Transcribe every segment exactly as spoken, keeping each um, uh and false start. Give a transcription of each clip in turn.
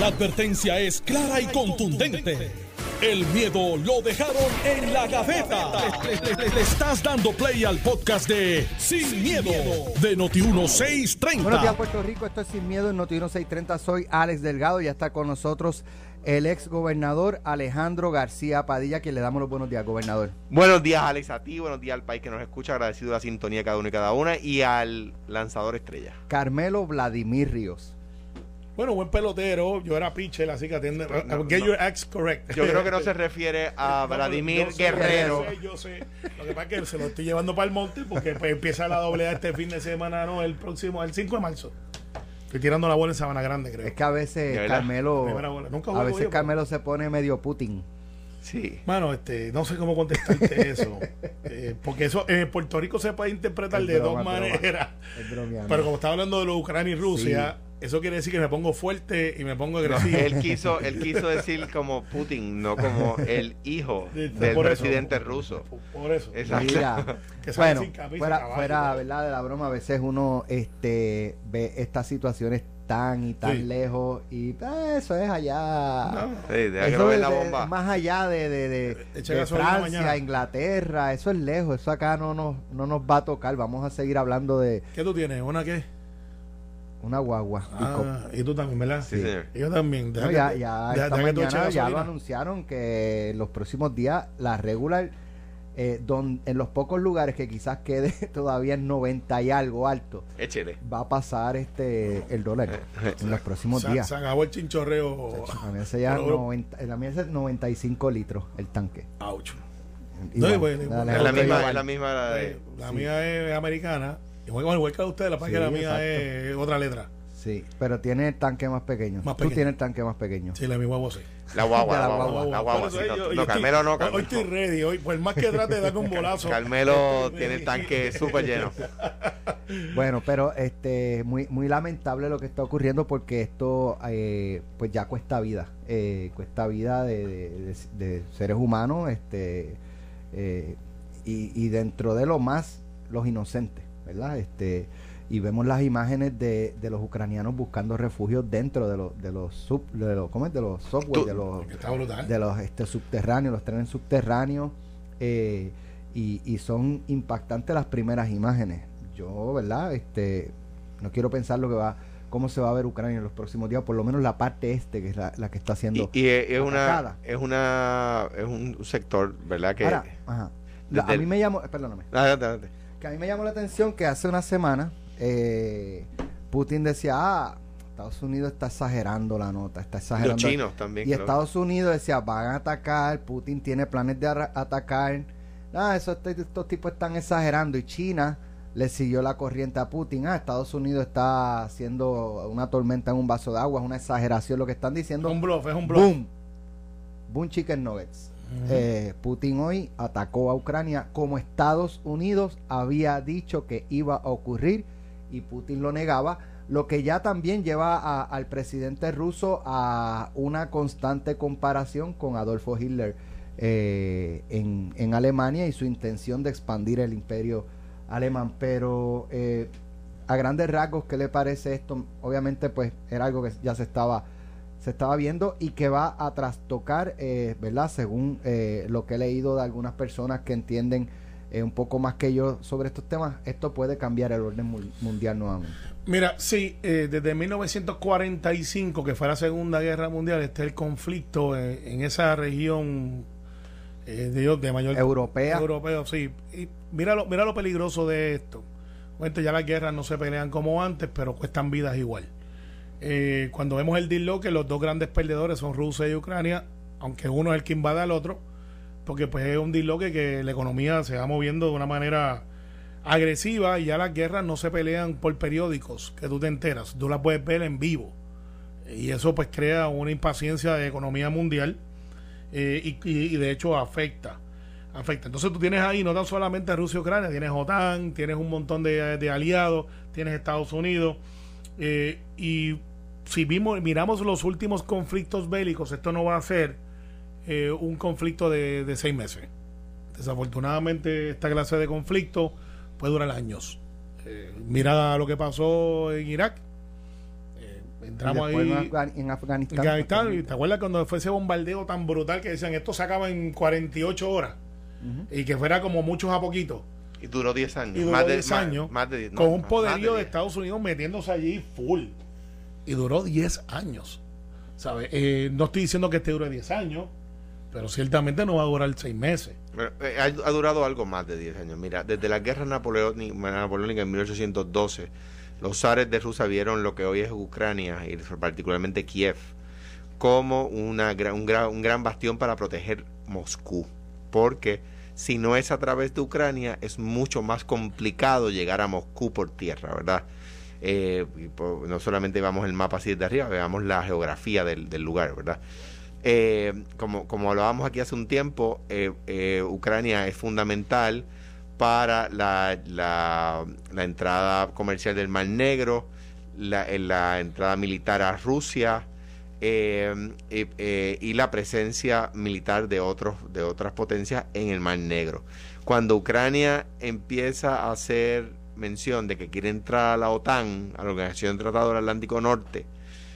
La advertencia es clara y contundente. El miedo lo dejaron en la gaveta. Le, le- le- le estás dando play al podcast de Sin, Miedo, de Noti uno seiscientos treinta. Buenos días, Puerto Rico. Esto es Sin Miedo en Noti uno seiscientos treinta. Soy Alex Delgado y ya está con nosotros el ex gobernador Alejandro García Padilla, quien le damos los buenos días, gobernador. Buenos días, Alex, a ti, buenos días al país que nos escucha, agradecido de la sintonía de cada uno y cada una, y al lanzador estrella. Carmelo Vladimir Ríos. Bueno, buen pelotero, yo era pitcher, así que atiende. No, no, Get no. your ex correct. Yo creo que no se refiere a No, Vladimir yo sé, Guerrero. Yo sé, yo sé. Lo que pasa es que se lo estoy llevando para el monte porque pues, empieza la doble A este fin de semana, no, el próximo, el cinco de marzo. Estoy tirando la bola en Sabana Grande, creo. Es que a veces ¿De verdad? Carmelo, Primera bola. Nunca a juego veces yo, Carmelo se pone medio Putin. Sí. Mano, este, no sé cómo contestarte eso. Eh, porque eso en Puerto Rico se puede interpretar Es de broma, dos es broma. maneras. Es bromeando. Pero como estaba hablando de lo de Ucrania y Rusia, eso quiere decir que me pongo fuerte y me pongo agresivo. Él quiso, él quiso decir como Putin, no como el hijo Sí, del por eso. presidente ruso. Por eso. Exacto. Mira, Que sale bueno, sin camisa, fuera, caballo, fuera todo. ¿verdad? de la broma, a veces uno este ve estas situaciones tan y tan Sí. lejos y eh, eso es allá. No. Sí, deja que Eso no ven es la de- bomba. más allá de, de, de, Echa de gasolina Francia, mañana. Inglaterra, eso es lejos, eso acá no nos, no nos va a tocar. Vamos a seguir hablando de ¿Qué tú tienes? ¿Una qué? una guagua. pick-up. Ah, y tú también, ¿verdad? Sí, señor. Y yo también. Deja No, que- ya ya deja- esta deja que tú eches mañana ya lo gasolina. anunciaron que en los próximos días la regular, eh, don- en los pocos lugares que quizás quede todavía en noventa y algo alto, Échele. va a pasar este el dólar en los próximos Se, días. se acabó el chinchorreo. A mí se llama Pero- noventa, la mía es noventa y cinco litros el tanque. Ouch. Igual, No, bueno, la es Es Alejandro la misma, igual. es la misma la de- Eh, La Sí. mía es americana. Igual, igual que la de ustedes, la página Sí, la mía exacto. es otra letra. Sí, pero tiene el tanque más pequeño. Más Tú pequeño. tienes el tanque más pequeño. Sí, la mi guagua sí. la guagua, De la la guagua, guagua. la guagua. Por eso sí, yo- no, yo no, estoy- Carmelo no, hoy- Carmelo. Hoy estoy ready. Hoy, por más que trate de darme un bolazo. Carmelo tiene el tanque súper lleno. Bueno, pero este muy muy lamentable lo que está ocurriendo porque esto eh, pues ya cuesta vida, eh, cuesta vida de, de- de- de seres humanos, este eh, y, y dentro de lo más los inocentes, ¿verdad? Este y vemos las imágenes de, de los ucranianos buscando refugio dentro de los de los sub de los ¿cómo es? De los software, Tú- de los Que está brutal. de los este, subterráneos, los trenes subterráneos, eh, y, y son impactantes las primeras imágenes. Yo, ¿verdad? Este, no quiero pensar lo que va, cómo se va a ver Ucrania en los próximos días, por lo menos la parte este, que es la, la que está haciendo. Y, y es, es una, atacada. es una, es un sector, ¿verdad? Que Ahora, ajá. La- a desde mí el- me llamó, perdóname, Adelante, adelante. que a mí me llamó la atención que hace una semana eh, Putin decía, ah, Estados Unidos está exagerando la nota, está Los exagerando. chinos también. Y creo. Estados Unidos decía, van a atacar, Putin tiene planes de arra- atacar. Ah, eso, este- estos tipos están exagerando. Y China le siguió la corriente a Putin. Ah, Estados Unidos está haciendo una tormenta en un vaso de agua, es una exageración lo que están diciendo. Es un bluff, es un bluff. Boom. Boom Chicken Nuggets. Eh, Putin hoy atacó a Ucrania como Estados Unidos había dicho que iba a ocurrir y Putin lo negaba, lo que ya también lleva a- al presidente ruso a una constante comparación con Adolfo Hitler eh, en, en Alemania y su intención de expandir el imperio alemán. Pero eh, a grandes rasgos, ¿qué le parece esto? Obviamente pues era algo que ya se estaba se estaba viendo y que va a trastocar, eh, ¿verdad? Según eh, lo que he leído de algunas personas que entienden eh, un poco más que yo sobre estos temas, esto puede cambiar el orden mu- mundial nuevamente. Mira, sí, eh, desde mil novecientos cuarenta y cinco, que fue la Segunda Guerra Mundial, está el conflicto eh, en esa región eh, de, de mayor Europea. europeo, sí. Y mira lo, mira lo peligroso de esto. Bueno, ya las guerras no se pelean como antes, pero cuestan vidas igual. Eh, cuando vemos el deal que los dos grandes perdedores son Rusia y Ucrania, aunque uno es el que invade al otro, porque pues es un deal que, que la economía se va moviendo de una manera agresiva y ya las guerras no se pelean por periódicos que tú te enteras, tú las puedes ver en vivo y eso pues crea una impaciencia de economía mundial eh, y, y, y de hecho afecta afecta. Entonces tú tienes ahí no tan solamente Rusia y Ucrania, tienes OTAN, tienes un montón de, de aliados, tienes Estados Unidos eh, y si vimos, miramos los últimos conflictos bélicos, esto no va a ser eh, un conflicto de, de seis meses. Desafortunadamente esta clase de conflicto puede durar años. Eh, mira lo que pasó en Irak. Eh, Entramos y ahí en, Afgan- en Afganistán. en Afganistán, y te acuerdas cuando fue ese bombardeo tan brutal que decían esto se acaba en cuarenta y ocho horas Ujú. y que fuera como muchos a poquitos. Y duró diez años. Y duró más de diez años, Más, más de diez, no, con un más- poderío más de, diez. Estados Unidos metiéndose allí full. Y duró diez años. ¿Sabes? Eh, no estoy diciendo que este dure diez años, pero ciertamente no va a durar seis meses. Bueno, eh, ha, ha durado algo más de diez años. Mira, desde la guerra napoleónica, napoleónica en mil ochocientos doce, los zares de Rusia vieron lo que hoy es Ucrania, y particularmente Kiev, como una, gra- un, gra- un gran bastión para proteger Moscú. Porque si no es a través de Ucrania, es mucho más complicado llegar a Moscú por tierra, ¿verdad? Eh, y po- no solamente veamos el mapa así desde arriba, veamos la geografía del, del lugar, ¿verdad? Eh, como, como hablábamos aquí hace un tiempo, eh, eh, Ucrania es fundamental para la, la, la entrada comercial del Mar Negro, la, eh, la entrada militar a Rusia, eh, eh, eh, y la presencia militar de otros de otras potencias en el Mar Negro. Cuando Ucrania empieza a hacer mención de que quiere entrar a la OTAN, a la Organización del Tratado del Atlántico Norte,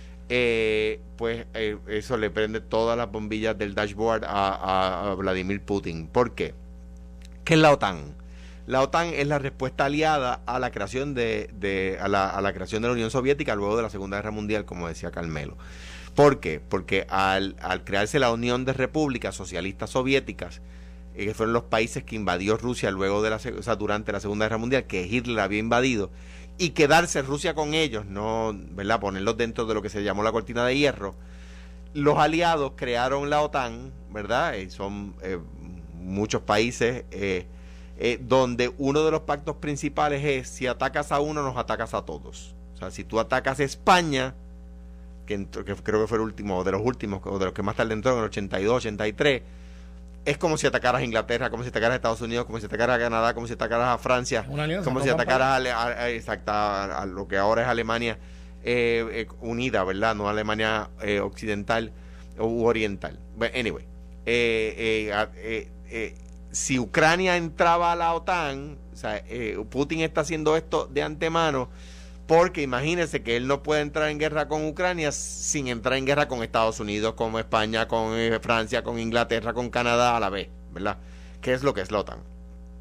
eh, pues eh, eso le prende todas las bombillas del dashboard a, a, a Vladimir Putin. ¿Por qué? ¿Qué es la OTAN? La OTAN es la respuesta aliada a la creación de, de a, la, a la creación de la Unión Soviética luego de la Segunda Guerra Mundial, como decía Carmelo. ¿Por qué? Porque al, al crearse la Unión de Repúblicas Socialistas Soviéticas, eh, que fueron los países que invadió Rusia luego de la, o sea, durante la Segunda Guerra Mundial, que Hitler había invadido, y quedarse Rusia con ellos, no, ¿verdad?, ponerlos dentro de lo que se llamó la cortina de hierro, los aliados crearon la OTAN, ¿verdad? Y son eh, muchos países eh, eh, donde uno de los pactos principales es: si atacas a uno, nos atacas a todos. O sea, si tú atacas a España, que, entró, que creo que fue el último, de los últimos, o de los que más tarde entró en el ochenta y dos, ochenta y tres, es como si atacaras a Inglaterra, como si atacaras a Estados Unidos, como si atacaras a Canadá, como si atacaras a Francia, como si atacaras a, a, a, exacta, a, a lo que ahora es Alemania eh, eh, unida, ¿verdad? No Alemania eh, occidental u oriental. But anyway, eh, eh, eh, eh, si Ucrania entraba a la OTAN, o sea, eh, Putin está haciendo esto de antemano, porque imagínense que él no puede entrar en guerra con Ucrania sin entrar en guerra con Estados Unidos, con España, con eh, Francia, con Inglaterra, con Canadá a la vez, ¿verdad? ¿Qué es lo que es la OTAN?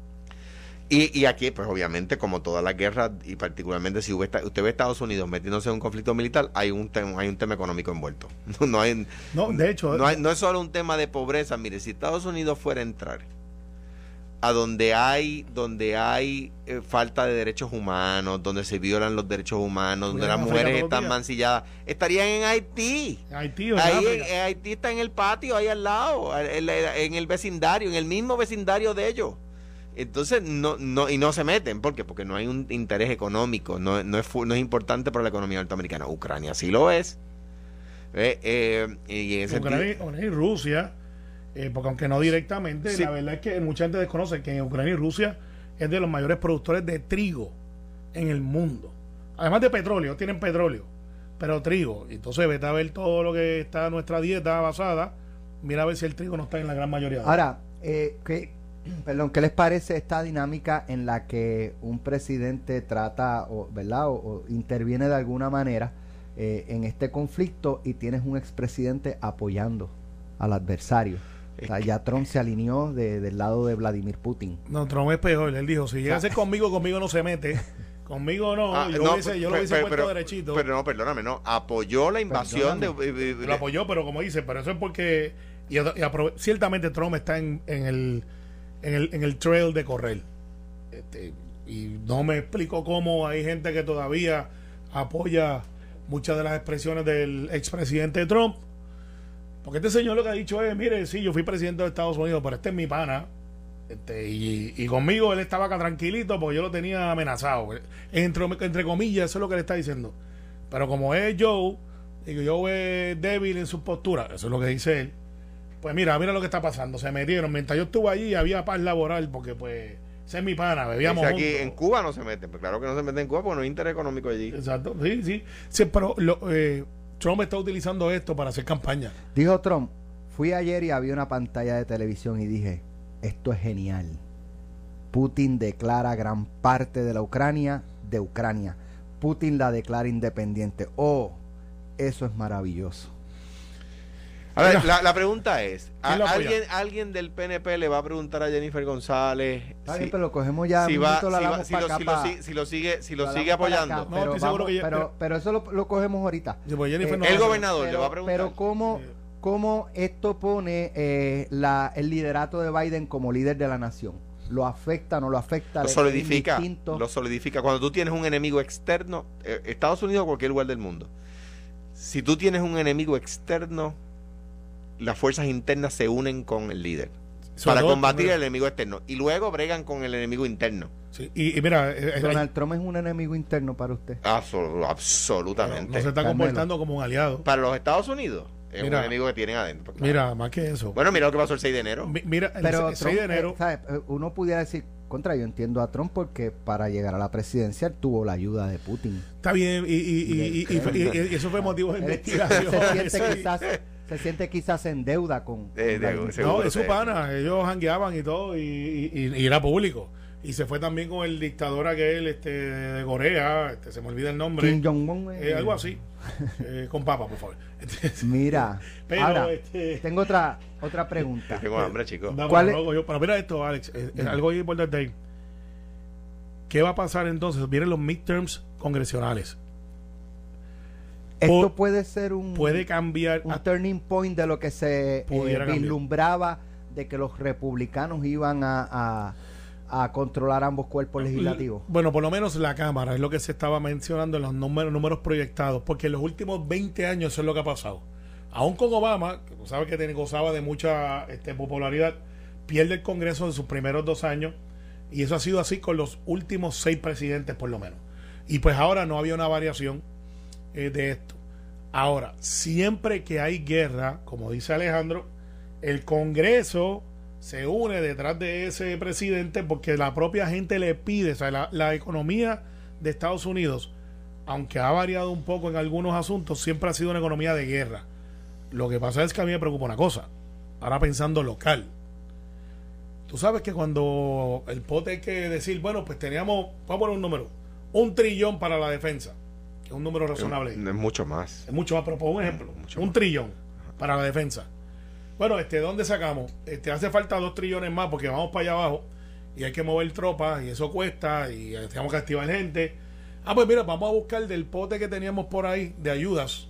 Y, y aquí, pues obviamente, como todas las guerras, y particularmente si usted ve a Estados Unidos metiéndose en un conflicto militar, hay un tema, hay un tema económico envuelto. No, hay, no, de hecho, no, hay, no es solo un tema de pobreza. Mire, si Estados Unidos fuera a entrar a donde hay donde hay eh, falta de derechos humanos, donde se violan los derechos humanos, donde las mujeres están mancilladas, estarían en Haití. Haití ahí en, en Haití está en el patio, ahí al lado, en, en el vecindario, en el mismo vecindario de ellos. Entonces, no no y no se meten. ¿Por qué? Porque no hay un interés económico, no, no, es, no es importante para la economía norteamericana. Ucrania sí lo es. Eh, eh, y en ese Ucrania y Rusia, eh, porque aunque no directamente, sí. La verdad es que mucha gente desconoce que Ucrania y Rusia es de los mayores productores de trigo en el mundo. Además de petróleo, tienen petróleo, pero trigo. Entonces, vete a ver todo lo que está en nuestra dieta basada, mira a ver si el trigo no está en la gran mayoría. Ahora, eh, ¿qué, perdón, ¿qué les parece esta dinámica en la que un presidente trata, o, ¿verdad?, o, o interviene de alguna manera eh, en este conflicto y tienes un expresidente apoyando al adversario? O sea, ya Trump se alineó de, del lado de Vladimir Putin. No, Trump es peor. Él dijo, si llega a ser conmigo, conmigo no se mete. Conmigo no. Ah, yo, no, lo hubiese, yo pero, lo hubiese pero, puesto pero, derechito. Pero no, perdóname, no. Apoyó la invasión Perdóname. de... Lo apoyó, pero como dice, pero eso es porque... Y, y aprove- ciertamente Trump está en, en, el, en, el, en el trail de correr. Este, y no me explico cómo hay gente que todavía apoya muchas de las expresiones del expresidente Trump. Porque este señor lo que ha dicho es, mire, sí, yo fui presidente de Estados Unidos, pero este es mi pana. Este, y, y conmigo él estaba acá tranquilito porque yo lo tenía amenazado. Entre, entre comillas, eso es lo que le está diciendo. Pero como es Joe, y que Joe es débil en su postura, eso es lo que dice él, pues mira, mira lo que está pasando. Se metieron. Mientras yo estuve allí había paz laboral porque pues ese es mi pana, bebíamos aquí juntos. en Cuba no se meten, pues claro que no se meten en Cuba porque no hay interés económico allí. Exacto, sí, sí. sí pero lo, eh, Trump está utilizando esto para hacer campaña. Dijo Trump, fui ayer y había una pantalla de televisión y dije, esto es genial. Putin declara gran parte de la Ucrania de Ucrania. Putin la declara independiente. Oh, eso es maravilloso. A ver, la, la pregunta es, ¿a, ¿quién lo apoya? ¿alguien, ¿alguien del P N P le va a preguntar a Jennifer González Está si, bien, pero lo cogemos ya, si, un va, poquito, si, la va- damos si pa' lo, acá si, lo, pa- si, si lo sigue, si lo la sigue damos para apoyando? acá, No, pero, estoy seguro vamos- que ya- pero, pero eso lo, lo cogemos ahorita. Sí, pues Jennifer Eh, no el va a- gobernador le pero, va a preguntar. pero cómo, Eh. cómo esto pone eh, la, el liderato de Biden como líder de la nación. ¿Lo afecta, no lo afecta? Lo ¿Le- es solidifica, indistinto? lo solidifica. Cuando tú tienes un enemigo externo, eh, Estados Unidos o cualquier lugar del mundo, si tú tienes un enemigo externo, las fuerzas internas se unen con el líder Sobre para todo, combatir mira, el enemigo externo y luego bregan con el enemigo interno. sí, y, y mira, eh, eh, Donald Trump es un enemigo interno para usted. Absol- absolutamente. no se está Carmelo. comportando como un aliado. Para los Estados Unidos es Mira. un enemigo que tienen adentro. claro. Mira, más que eso. Bueno, mira lo que pasó el seis de enero. Mi- mira, el Pero se- seis de Trump, enero. eh, ¿sabe? Eh, uno pudiera decir, contra, yo entiendo a Trump porque para llegar a la presidencia él tuvo la ayuda de Putin. Está bien, y, y, y, y, y- y- y eso fue motivo de Él investigación. se, siente Sí. quizás, se siente quizás en deuda con, Eh, con de- Vladimir. seguro. No, es su sí. pana, ellos jangueaban y todo, y, y, y era público. Y se fue también con el dictador aquel este, de Corea, este, se me olvida el nombre. Kim Jong-un. eh. Eh, algo así. Eh, con papa, por favor. Este, Mira, Pero, ahora, este- tengo otra otra pregunta. Tengo hambre, chicos. no, ¿Cuál pero, es? loco, yo- pero mira esto, Alex, es, es algo importante ahí. ¿Qué va a pasar entonces? Vienen los midterms congresionales. Esto po- puede ser un, Puede cambiar. un a- turning point de lo que se eh, Pudiera cambiar. vislumbraba de que los republicanos iban a, a, a controlar ambos cuerpos legislativos. Bueno, por lo menos la Cámara es lo que se estaba mencionando en los números, números proyectados, porque en los últimos veinte años eso es lo que ha pasado. Aún con Obama, que tú sabes que tiene- gozaba de mucha este, popularidad, pierde el Congreso en sus primeros dos años, y eso ha sido así con los últimos seis presidentes por lo menos. Y pues ahora no había una variación eh, de esto. Ahora, siempre que hay guerra, como dice Alejandro, el Congreso se une detrás de ese presidente porque la propia gente le pide. O sea, la, la economía de Estados Unidos, aunque ha variado un poco en algunos asuntos, siempre ha sido una economía de guerra. Lo que pasa es que a mí me preocupa una cosa. Ahora pensando local. Tú sabes que cuando el pote hay que decir, bueno, pues teníamos, vamos a poner un número, un trillón para la defensa, que es un número razonable. Es mucho más. Es mucho más, pero por un ejemplo, Mucho un más. trillón para la defensa. Bueno, este, ¿dónde sacamos? Este, hace falta dos trillones más porque vamos para allá abajo y hay que mover tropas y eso cuesta y eh, tenemos que activar gente. Ah, pues mira, vamos a buscar del pote que teníamos por ahí de ayudas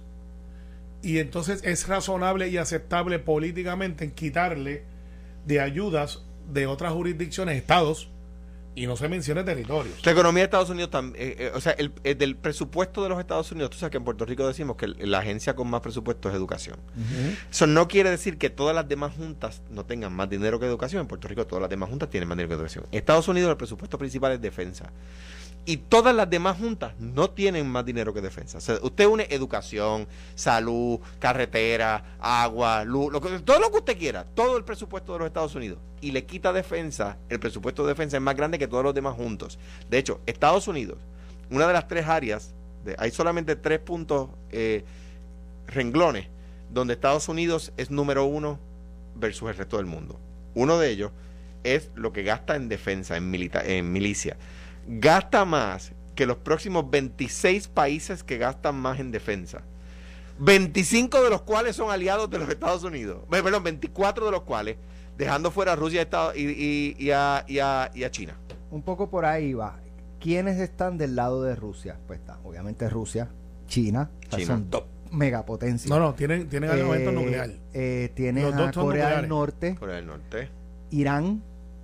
y entonces es razonable y aceptable políticamente en quitarle de ayudas de otras jurisdicciones, estados, y no se menciona territorios. La economía de Estados Unidos también, eh, eh, o sea, el, el del presupuesto de los Estados Unidos, tú sabes que en Puerto Rico decimos que el- la agencia con más presupuesto es educación. Eso no quiere decir que todas las demás juntas no tengan más dinero que educación. En Puerto Rico todas las demás juntas tienen más dinero que educación. En Estados Unidos el presupuesto principal es defensa. Y todas las demás juntas no tienen más dinero que defensa. O sea, usted une educación, salud, carretera, agua, luz, lo que, todo lo que usted quiera, todo el presupuesto de los Estados Unidos, y le quita defensa, el presupuesto de defensa es más grande que todos los demás juntos. De hecho, Estados Unidos, una de las tres áreas, de, hay solamente tres puntos eh, renglones, donde Estados Unidos es número uno versus el resto del mundo. Uno de ellos es lo que gasta en defensa, en, milita en milicia. Gasta más que los próximos veintiséis países que gastan más en defensa. veinticinco de los cuales son aliados de los Estados Unidos. Eh, Perdón, veinticuatro de los cuales, dejando fuera a Rusia Estados, y, y, y, a, y, a, y a China. Un poco por ahí va. ¿Quiénes están del lado de Rusia? Pues está, obviamente Rusia, China, o sea, China. son dos megapotencias. No, no, tienen, tienen armamento Eh, nuclear. eh, tienes Los a dos son Corea nucleares. del Norte, Corea del Norte. Irán,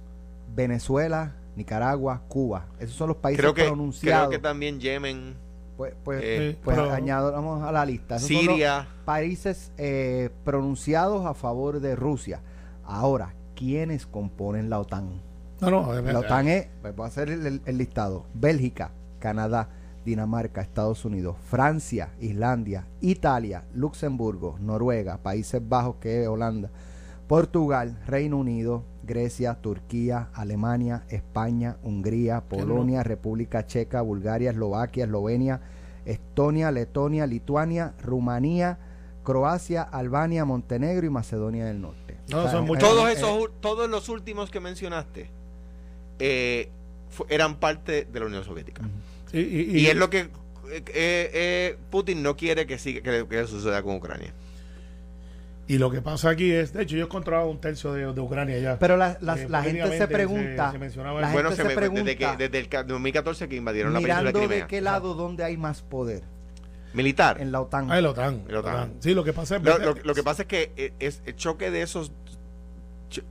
Venezuela, Nicaragua, Cuba. Esos son los países Creo que, pronunciados. creo que también Yemen, Pues, pues, eh, pues pero- añadamos a la lista. Esos son los Siria. países eh, pronunciados a favor de Rusia. Ahora, ¿quiénes componen la OTAN? No, no, La OTAN es, pues voy a hacer el, el- el listado: Bélgica, Canadá, Dinamarca, Estados Unidos, Francia, Islandia, Italia, Luxemburgo, Noruega, Países Bajos, que es Holanda, Portugal, Reino Unido, Grecia, Turquía, Alemania, España, Hungría, Polonia, República Checa, Bulgaria, Eslovaquia, Eslovenia, Estonia, Letonia, Lituania, Rumanía, Croacia, Albania, Montenegro y Macedonia del Norte. No, son muchos. Todos eh, esos, todos los últimos que mencionaste eh, fu- eran parte de la Unión Soviética. Sí, y, Y es lo que eh, eh, Putin no quiere que siga que, que suceda con Ucrania. Y lo que pasa aquí es, de hecho, ellos controlaban un tercio de, de Ucrania ya. Pero la, la, Eh, la gente se pregunta, se- se mencionaba la eso. Bueno, gente se se me- desde, pregunta, que, desde el ca- dos mil catorce que invadieron la península mirando de de Crimea. qué lado donde hay más poder Militar. en la OTAN. Ah, el OTAN. El OTAN. OTAN. Sí, lo que pasa es... Lo, lo- lo que pasa es que eh, es el choque de esos cho-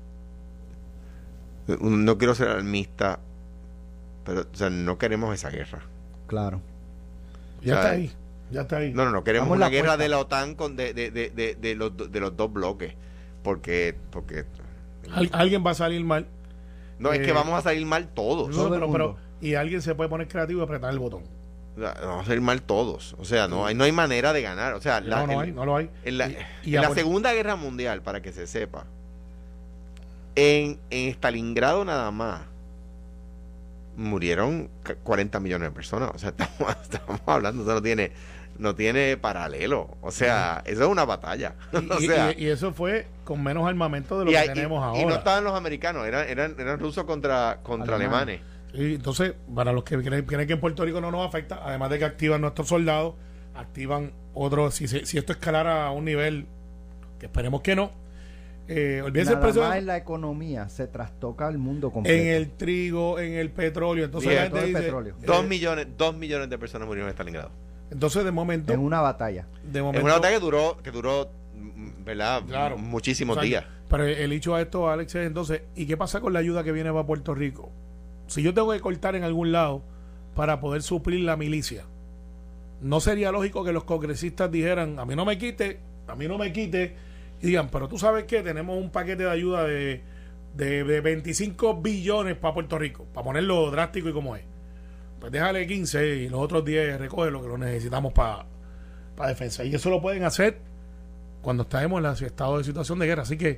no quiero ser alarmista, pero o sea, no queremos esa guerra. Claro. Ya o sea, está ahí. Ya está ahí. No, no, no queremos Vamos una la guerra puerta. de la OTAN con de, de, de, de, de los, do- de los dos bloques. Porque, porque Al- alguien va a salir mal. no, es Eh, que vamos a salir mal todos. No, Todo el pero, mundo. pero- y alguien se puede poner creativo y apretar el botón. O sea, vamos a salir mal todos. O sea, no hay, no hay manera de ganar. O sea, la- no, no en- hay, no lo hay. en la, Y- y en la apor- Segunda Guerra Mundial, para que se sepa, en, en Stalingrado nada más murieron ca- cuarenta millones de personas. O sea, estamos, estamos hablando, eso no tiene, no tiene paralelo. O sea, eso es una batalla. Y, o y- sea, y- y eso fue con menos armamento de lo y, que hay- tenemos y- ahora. y no estaban los americanos, eran, eran, eran rusos contra, contra Alemanes. alemanes. Sí, entonces, para los que creen, creen que en Puerto Rico no nos afecta, además de que activan nuestros soldados, activan otros, si, se- si esto escalara a un nivel que esperemos que no, eh, olvídense el Nada precio más en la economía se trastoca el mundo completo. en el trigo, en el petróleo. Entonces Bien, la gente todo el dice, petróleo. eh, Dos millones, dos millones de personas murieron en Stalingrado. entonces de momento, en una batalla. de Es momento una batalla que duró, que duró, mm, ¿verdad? Claro. Muchísimos o sea, días. Pero el hecho a esto, Alex, es entonces, ¿y qué pasa con la ayuda que viene para Puerto Rico? Si yo tengo que cortar en algún lado para poder suplir la milicia, no sería lógico que los congresistas dijeran, a mí no me quite, a mí no me quite, y digan, pero tú sabes que tenemos un paquete de ayuda de, de, de veinticinco billones para Puerto Rico, para ponerlo drástico y como es. Pues déjale quince y los otros diez recoge lo que lo necesitamos para para defensa. Y eso lo pueden hacer cuando estemos en la estado de situación de guerra. Así que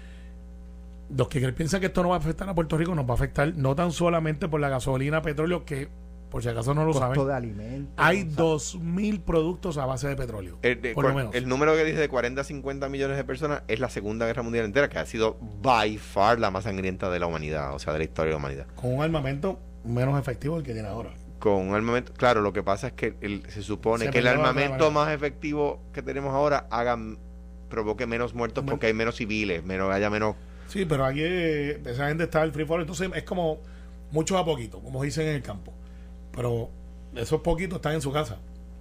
los que piensan que esto no va a afectar a Puerto Rico, nos va a afectar no tan solamente por la gasolina, petróleo, que por si acaso no lo Costo saben, de alimentos. hay o sea, dos mil productos a base de petróleo. El, de- por lo cua- menos. el número que dice de cuarenta a cincuenta millones de personas es la Segunda Guerra Mundial entera, que ha sido by far la más sangrienta de la humanidad, o sea, de la historia de la humanidad. Con un armamento menos efectivo del que tiene ahora. Con un armamento, claro, lo que pasa es que el- se supone Se que el perdió la armamento otra más efectivo que tenemos ahora haga provoque menos muertos porque hay menos civiles, menos haya menos. Sí, pero aquí eh, esa gente está el free fall, entonces es como muchos a poquitos, como dicen en el campo. Pero esos poquitos están en su casa.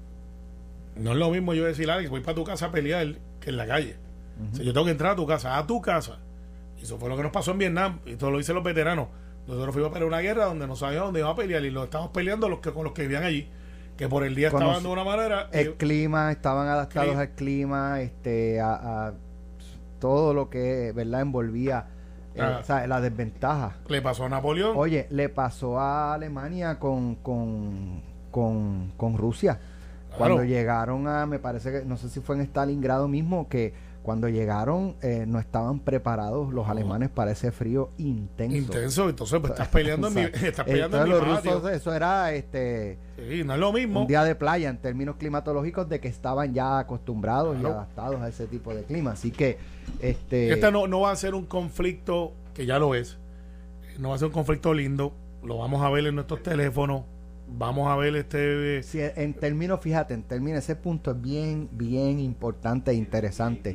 No es lo mismo yo decir, Alex, voy para tu casa a pelear que en la calle. O sea, yo tengo que entrar a tu casa, a tu casa. Y eso fue lo que nos pasó en Vietnam, y todo lo dicen los veteranos. Nosotros fuimos a pelear una guerra donde no sabíamos dónde íbamos a pelear y lo estábamos peleando los que, con los que vivían allí. Que por el día Conoce- estaban de una manera. y- el clima, estaban adaptados Clima. al clima, este, a, a todo lo que, ¿verdad?, envolvía eh, Ah. o sea, la desventaja. le pasó a Napoleón. Oye, le pasó a Alemania con, con, con, con Rusia. Claro. Cuando llegaron a, me parece que, no sé si fue en Stalingrado mismo, que cuando llegaron eh, no estaban preparados los No. alemanes para ese frío intenso. Intenso, entonces pues, estás peleando en mi, O sea, estás peleando en entonces mi los patio. rusos, eso era este Sí, no es lo mismo. un día de playa en términos climatológicos de que estaban ya acostumbrados y Claro. adaptados a ese tipo de clima. Así que este Este no, no va a ser un conflicto, que ya lo es, no va a ser un conflicto lindo, lo vamos a ver en nuestros teléfonos, vamos a ver este... si en términos, fíjate, en términos, ese punto es bien, bien importante e interesante.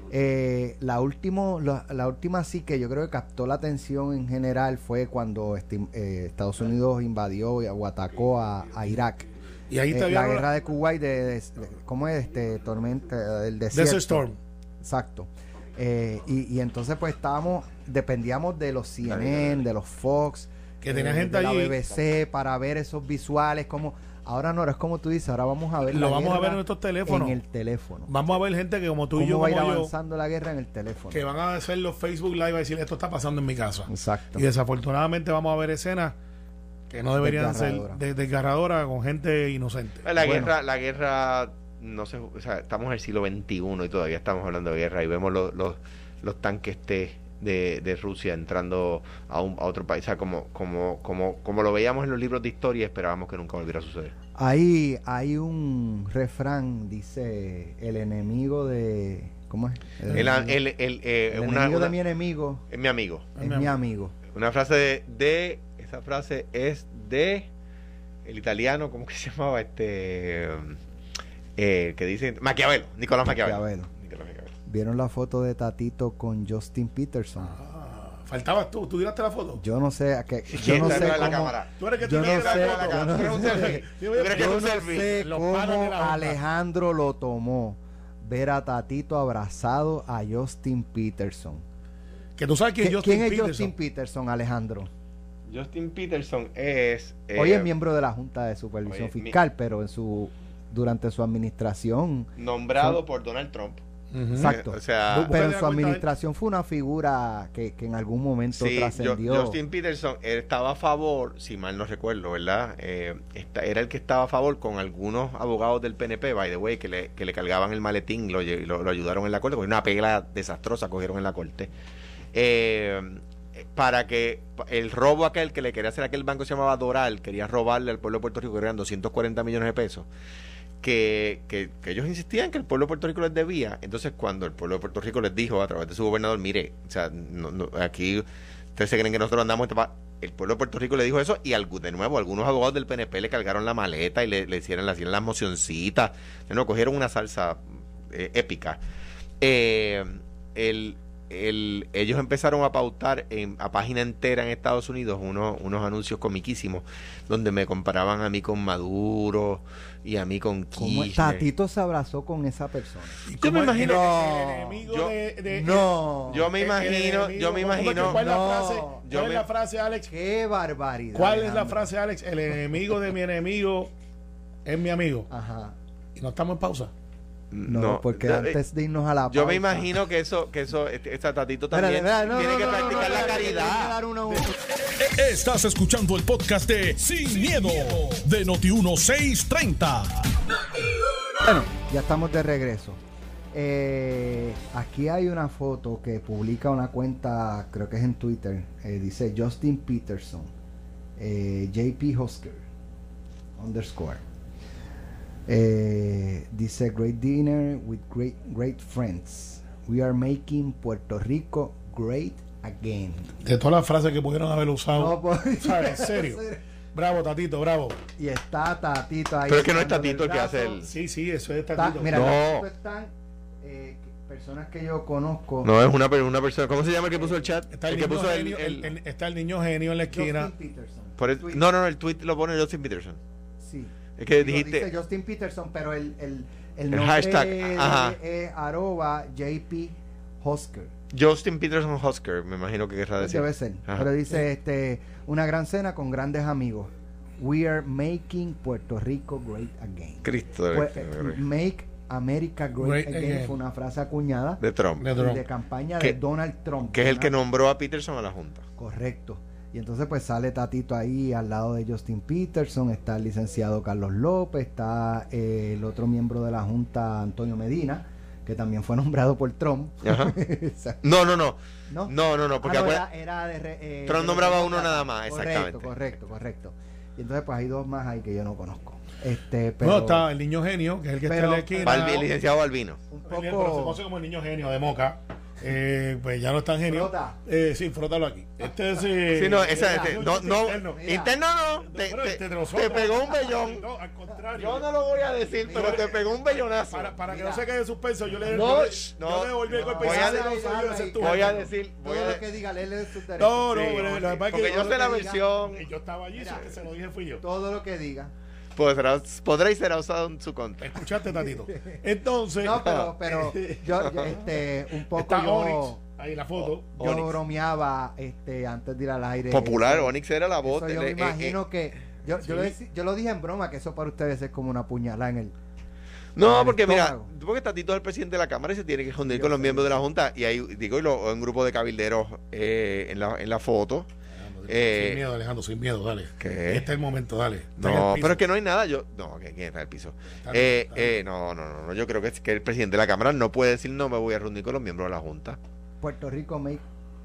Eh, la, último, la, la última sí que yo creo que captó la atención en general fue cuando este, eh, Estados Unidos invadió y- o atacó a, a Irak. Y ahí Eh, te la vieron guerra de Kuwait, de, de- de- ¿cómo es? este Tormenta del desierto. Desert Storm. Exacto. Eh, y, y entonces pues estábamos, dependíamos de los C N N, de los Fox, Que tenía eh, gente de la allí. B B C para ver esos visuales, como ahora no, es como tú dices, ahora vamos a ver Lo la vamos a ver guerra en nuestros teléfonos. en el teléfono. Vamos a ver gente que como tú ¿Cómo y yo, va a ir como yo, avanzando la guerra en el teléfono? que van a hacer los Facebook Live a decir esto está pasando en mi casa. Exacto. Y desafortunadamente vamos a ver escenas que no deberían ser Desgarradora. de- desgarradoras con gente inocente. La Bueno. guerra, la guerra, no sé, o sea, estamos en el siglo veintiuno y todavía estamos hablando de guerra y vemos los, los, los tanques T de, de Rusia entrando a, un, a otro país, o sea, como, como, como, como lo veíamos en los libros de historia, esperábamos que nunca volviera a suceder. Ahí hay un refrán, dice, el enemigo de... ¿Cómo es? El, el, el, eh, el una, enemigo una- de mi enemigo es mi amigo. es mi amigo. Una frase de, de esa frase es de el italiano, ¿cómo que se llamaba? Este, eh, que dicen, Maquiavelo, Nicolás Maquiavelo. Maquiavelo. Nicolás Maquiavelo. ¿Vieron la foto de Tatito con Justin Peterson? Ah, faltabas tú, ¿tú tiraste la foto? Yo no sé, a que, yo ¿Quién no está sé detrás de la cómo, cámara? Tú eres que yo no tiraste sé, la foto. yo no Tú eres un sé, selfie. Sí, Tú eres que yo es un no selfie. sé Los palos de cómo la Junta. Alejandro lo tomó ver a Tatito abrazado a Justin Peterson. Que tú sabes quién es ¿Qui- Justin ¿Quién es Peterson. Justin Peterson, Alejandro? Justin Peterson es... eh, Hoy es miembro de la Junta de Supervisión oye, mi- Fiscal, pero en su durante su administración, nombrado son- por Donald Trump. Ujú. exacto. O sea, Bu- pero en Busca su la cuenta, administración fue una figura que, que en algún momento sí, trascendió. Jo- Justin Peterson él estaba a favor, si mal no recuerdo, ¿verdad? Eh, esta- era el que estaba a favor con algunos abogados del P N P, by the way, que le, que le cargaban el maletín, lo, lle- lo, lo ayudaron en la corte, porque una pela desastrosa cogieron en la corte. Eh, para que el robo aquel que le quería hacer a aquel banco se llamaba Doral, quería robarle al pueblo de Puerto Rico, que eran doscientos cuarenta millones de pesos. Que, que, que ellos insistían que el pueblo de Puerto Rico les debía. Entonces, cuando el pueblo de Puerto Rico les dijo a través de su gobernador, mire, o sea, no, no, aquí ustedes se creen que nosotros andamos, el pueblo de Puerto Rico le dijo eso, y algo, de nuevo algunos abogados del P N P le cargaron la maleta y le, le hicieron, le hacían las mocioncitas, no, cogieron una salsa eh, épica. Eh, el, el, ellos empezaron a pautar en, a página entera en Estados Unidos unos, unos anuncios comiquísimos donde me comparaban a mí con Maduro y a mí con ¿Cómo Kirchner. Tatito se abrazó con esa persona? ¿Y Yo cómo me es imagino- el- No. el enemigo Yo- de, de- No. Yo me el- el imagino, enemigo, yo me ¿cómo es que- imagino, ¿Cuál es la No. frase? Yo ¿Cuál es me- la frase, Alex? ¡Qué barbaridad! ¿Cuál es la Alejandro. frase, Alex? El enemigo de mi enemigo es mi amigo. Ajá. Y no estamos en pausa. No, porque eh, antes de irnos a la yo pausa. me imagino que eso, que eso, este, este Tatito Espérate, también espérate, no, tiene no, que no, no, practicar no, la espérate, que tengo que caridad. dar una- un- Estás escuchando el podcast de Sin, miedo, de Noti uno seiscientos treinta. Bueno, ya estamos de regreso. Eh, aquí hay una foto que publica una cuenta, creo que es en Twitter, eh, dice Justin Peterson, eh, J P Hosker, underscore. Eh, dice Great dinner with great great friends. We are making Puerto Rico great again. De todas las frases que pudieron haber usado. No, pues, ¿Sabes? En serio. Bravo, Tatito, bravo. Y está Tatito ahí. Pero es que no es dándole Tatito el que brazo. hace el... Sí, sí, eso es Está- Tatito. mira, No. en la foto están eh, personas que yo conozco. No, es una, per- una persona. ¿Cómo se llama el que puso el chat? Está el, el que niño puso el, genio, el- el- el- está el niño genio en la esquina. Justin Peterson. por el- Tweet. no, no, no, el tweet lo pone Justin Peterson. Sí. Es que Digo, dijiste... dice Justin Peterson, pero el, el, el, El nombre hashtag, es ajá. es arroba J P Hosker. Justin Peterson Husker, me imagino que querrá decir. Debe ser. Ajá. Pero dice este una gran cena con grandes amigos. We are making Puerto Rico great again. Cristo de, Pues, de, make America great, Great again, again. fue una frase acuñada de Trump. De y Trump. de campaña Que- de Donald Trump. Que es el que ¿verdad? nombró a Peterson a la Junta. Correcto. Y entonces pues sale Tatito ahí al lado de Justin Peterson, está el licenciado Carlos López, está eh, el otro miembro de la Junta, Antonio Medina, que también fue nombrado por Trump. Ajá. O sea, No, no, no. ¿no? No, no, no, porque Ah, no, acuérdate- era, era de re- eh, Trump de nombraba los uno demócratas. nada más, exactamente. Correcto, correcto, correcto. Y entonces pues hay dos más ahí que yo no conozco. Este, pero No, está el niño genio, que es el que pero- está en la esquina. Balbi- el licenciado Balbino. un Pero se poco conoce como el niño genio de Moca. Eh, pues ya no es tan genio. Frota. Eh, sí, frótalo aquí. Este es. Eh, Sí, no, esa, eh, este, no, no, interno. Mira. interno no, te, Pero te- este de los te otros. pegó un bellón. No, al contrario. Yo no lo voy a decir, pero te pegó un bellonazo. Para, para que Mira. no se quede de suspenso, yo le, No, yo le, shh, yo no, le devolví el no. golpe Voy y a se decir- lo hizo yo, ese es tu Voy a género. decir, voy todo a lo que diga, léele sus derechos. No, no, Sí, pero lo que pasa es porque que yo todo sé lo la que diga- versión, y yo estaba allí, Mira. eso que se lo dije fui yo. Todo lo que diga. podrá, podrá y será usado en su contra. Escuchaste, Tatito. Entonces, No, pero, pero yo, yo, este, un poco está yo, Onyx ahí la foto. yo Onyx. bromeaba este, antes de ir al aire. Popular, Eso- Onyx era la voz. eso yo de- me eh, imagino eh, que yo, yo, lo Sí. deci- yo lo dije en broma que eso para ustedes es como una puñalada en el No, el porque mira, estómago. porque Tatito es el presidente de la Cámara y se tiene que reunir Yo con los sé, miembros yo de la sé. Junta. Y ahí, digo, y lo, un grupo de cabilderos eh, en, la, en la foto. Eh, sin miedo, Alejandro, sin miedo, dale. ¿qué? Este es el momento, dale. Está en el No, piso. pero es que no hay nada. Yo, no, que que está en el piso. Está Eh, bien, está eh, no, no, no, no. Yo creo que, es que el presidente de la Cámara no puede decir no me voy a reunir con los miembros de la Junta. Puerto Rico make,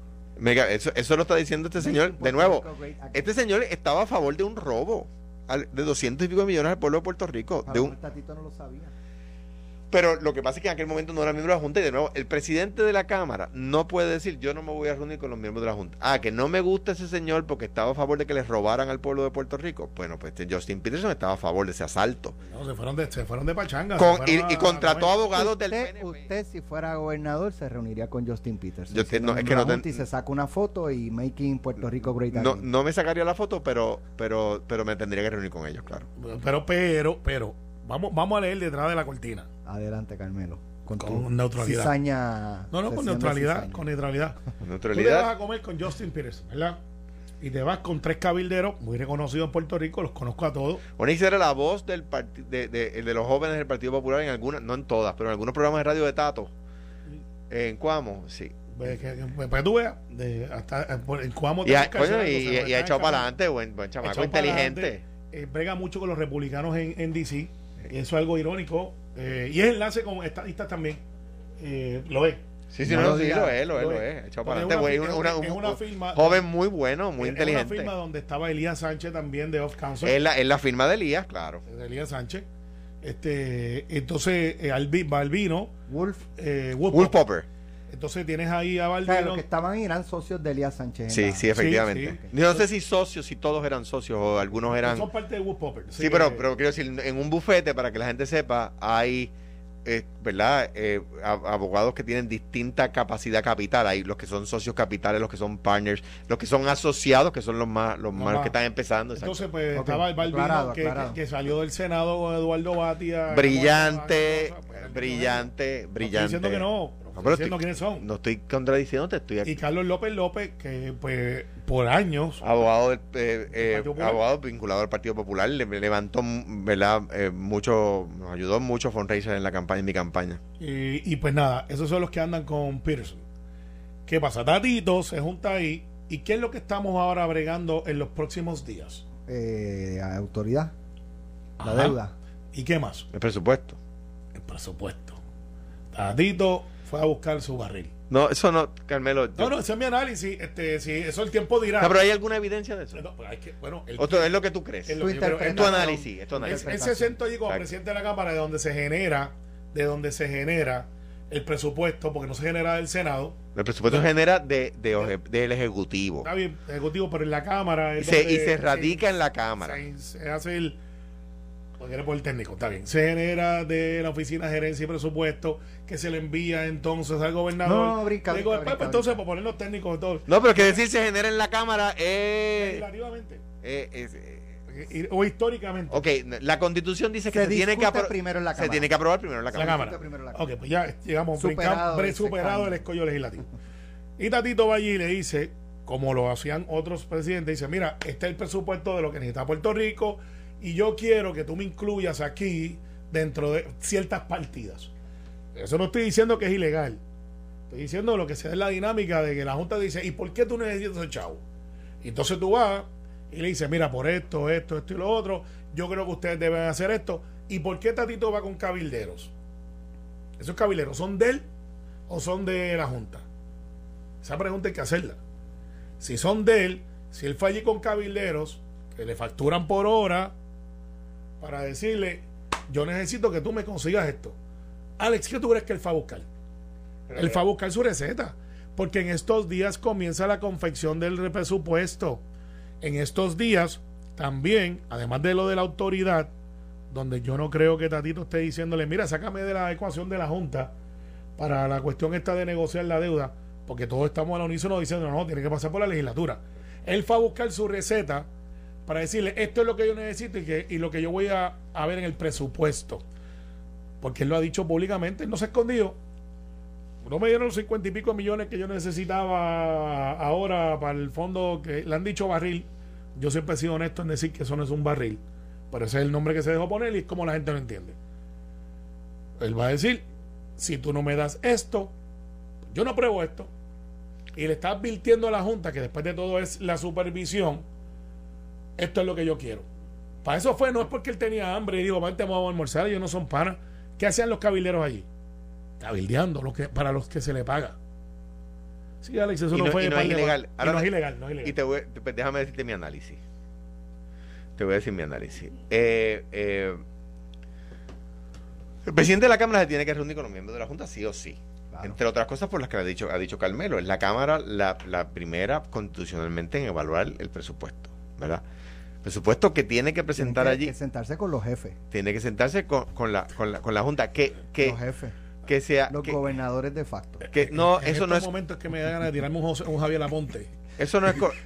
Mega, eso, eso lo está diciendo este señor. Puerto De nuevo, Rico great again. este señor estaba a favor de un robo al- de doscientos y pico de millones al pueblo de Puerto Rico. A De lo un, mejor Tatito no lo sabía. Pero lo que pasa es que en aquel momento no era miembro de la Junta y de nuevo, el presidente de la Cámara no puede decir yo no me voy a reunir con los miembros de la Junta. Ah, que no me gusta ese señor porque estaba a favor de que les robaran al pueblo de Puerto Rico. Bueno, pues este Justin Peterson estaba a favor de ese asalto. No, se fueron de, se fueron de pachanga. Con, y, a, y contrató a abogados usted, del P N P. Usted, si fuera gobernador, se reuniría con Justin Peterson. Yo te, no, si es que no ten, y se saca una foto y making Puerto Rico great again. No, no me sacaría la foto, pero, pero, pero me tendría que reunir con ellos, claro. Pero, pero, pero, vamos, vamos a leer detrás de la cortina. Adelante, Carmelo. Con, con neutralidad. Cizaña, no, no, con neutralidad, con neutralidad. Con neutralidad. Tú te vas a comer con Justin Peterson, ¿verdad? Y te vas con tres cabilderos muy reconocidos en Puerto Rico, los conozco a todos. Onix era la voz del parti de, de, de los jóvenes del Partido Popular en algunas, no en todas, pero en algunos programas de radio de Tato. En Cuamo, sí. Pues que, que, que tú veas, de, hasta en Cuamo y, ha, coño, y, y, y ha echado para adelante, buen, buen chamaco, inteligente. Eh, brega mucho con los republicanos en, en D C, sí. Y eso es algo irónico. Eh, y es enlace con estadistas también. Eh, lo es. Sí, sí, no, no, sí, lo es, lo es, lo es. Echado para adelante, es una, una, una, una firma, joven muy bueno, muy es inteligente. Es una firma donde estaba Elías Sánchez también de Off Council. Es la, es la firma de Elías, claro. De Elías Sánchez. Este, entonces, eh, Albi, Balbino. Wolf. Eh, Wolf, Wolf Popper. Popper. Entonces tienes ahí a Balbino. O sea, los que estaban ahí eran socios de Elías Sánchez. Sí, sí, efectivamente. Sí, sí. Yo no sé si socios, si todos eran socios o algunos eran. Son parte de Wolf Popper. Sí, sí pero, pero quiero decir, en un bufete, para que la gente sepa, hay. Eh, ¿verdad? Eh, abogados que tienen distinta capacidad capital. Hay los que son socios capitales, los que son partners, los que son asociados, que son los más los no más, más que están empezando. Entonces, exacto. Pues okay. Estaba el Balbino aclarado, que, aclarado. Que, que salió del Senado con Eduardo Batia. Brillante, pues, brillante, no, brillante. Estoy diciendo que no. No, pero diciendo estoy, quiénes son. No estoy contradiciéndote, estoy aquí. Y Carlos López López, que pues por años. Abogado del, eh, eh, abogado vinculado al Partido Popular, le, me levantó, ¿verdad? Eh, mucho, nos ayudó mucho fundraiser en la campaña, en mi campaña. Y, y pues nada, esos son los que andan con Peterson. ¿Qué pasa? Tatito se junta ahí. ¿Y qué es lo que estamos ahora bregando en los próximos días? Eh, autoridad. La Ajá. deuda. ¿Y qué más? El presupuesto. El presupuesto. Tatito fue a buscar su barril. No, eso no, Carmelo. Yo... No, no, ese es mi análisis. Este, si eso el tiempo dirá. No, pero ¿hay alguna evidencia de eso? No, pues hay que, bueno, el, Otro, es lo que tú crees. Es, lo tu, creo, es tu análisis. Es tu análisis. Él se sentó allí como presidente de la Cámara, de donde se genera, de donde se genera el presupuesto, porque no se genera del Senado. El presupuesto se genera de, de, de, del Ejecutivo. Está bien, Ejecutivo, pero en la Cámara. Y se, y se radica se, en la Cámara. Se, se hace el. Porque por el técnico, está bien. Se genera de la Oficina de Gerencia y Presupuesto, que se le envía entonces al gobernador. No, brinca, Digo, brinca, después, brinca, entonces, brinca. para poner los técnicos y todo. No, pero que decir se genera en la Cámara eh, legislativamente. Eh, eh, o históricamente. Ok, la Constitución dice que se, se tiene que primero en la Cámara. Se tiene que aprobar primero en la Cámara. La Cámara. Primero la Cámara. Ok, pues ya llegamos superado, brincamos, superado el escollo legislativo. Y Tatito va allí y le dice, como lo hacían otros presidentes, dice, mira, este es el presupuesto de lo que necesita Puerto Rico y yo quiero que tú me incluyas aquí dentro de ciertas partidas. Eso no estoy diciendo que es ilegal. Estoy diciendo lo que sea es la dinámica de que la Junta dice, ¿y por qué tú necesitas ese chavo? Y entonces tú vas y le dices, mira, por esto, esto, esto y lo otro, yo creo que ustedes deben hacer esto. ¿Y por qué Tatito va con cabilderos? ¿Esos cabilderos son de él o son de la Junta? Esa pregunta hay que hacerla. Si son de él, si él fue allí con cabilderos que le facturan por hora para decirle, yo necesito que tú me consigas esto. Alex, ¿qué tú crees que él fue a buscar? Pero él fue a buscar su receta, porque en estos días comienza la confección del presupuesto. En estos días también, además de lo de la autoridad, donde yo no creo que Tatito esté diciéndole, mira, sácame de la ecuación de la Junta para la cuestión esta de negociar la deuda, porque todos estamos al unísono diciendo, no, tiene que pasar por la legislatura. Él fue a buscar su receta para decirle, esto es lo que yo necesito y, que, y lo que yo voy a, a ver en el presupuesto. Porque él lo ha dicho públicamente, él no se ha escondido. No me dieron los cincuenta y pico millones que yo necesitaba ahora para el fondo, que le han dicho barril. Yo siempre he sido honesto en decir que eso no es un barril, pero ese es el nombre que se dejó poner y es como la gente lo entiende. Él va a decir, si tú no me das esto, yo no apruebo esto. Y le está advirtiendo a la Junta que después de todo es la supervisión. Esto es lo que yo quiero. Para eso fue, no es porque él tenía hambre y dijo, vente, vamos a almorzar, ellos no son panas. ¿Qué hacían los cabilderos allí? Cabildeando lo que, para los que se le paga. Sí, Alex, eso y no, no fue y no es ilegal. Ahora, y no es ilegal, no es ilegal. Y te voy, pues déjame decirte mi análisis. Te voy a decir mi análisis. Eh, eh, El presidente de la Cámara se tiene que reunir con los miembros de la Junta, sí o sí. Claro. Entre otras cosas por las que ha dicho, ha dicho Carmelo. Es la Cámara la, la primera constitucionalmente en evaluar el presupuesto, ¿verdad? Presupuesto que tiene que presentar tiene que, allí. que sentarse con los jefes. Tiene que sentarse con, con, la, con, la, con la Junta. Que, que, los jefes. Que sea, los que, gobernadores de facto. Que no, en eso no es. momentos que me da ganas de tirarme un, José, un Javier Aponte. Eso no es. Co-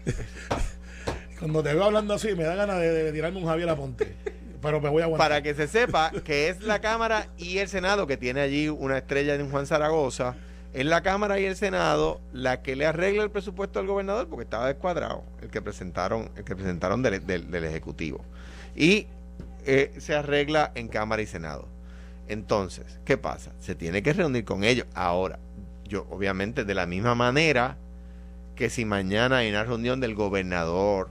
Cuando te veo hablando así, me da ganas de, de tirarme un Javier Aponte. Pero me voy a aguantar. Para que se sepa que es la Cámara y el Senado, que tiene allí una estrella de un Juan Zaragoza. Es la Cámara y el Senado la que le arregla el presupuesto al gobernador, porque estaba descuadrado el que presentaron, el que presentaron del, del, del Ejecutivo. Y eh, se arregla en Cámara y Senado. Entonces, ¿qué pasa? Se tiene que reunir con ellos. Ahora, yo obviamente de la misma manera que si mañana hay una reunión del gobernador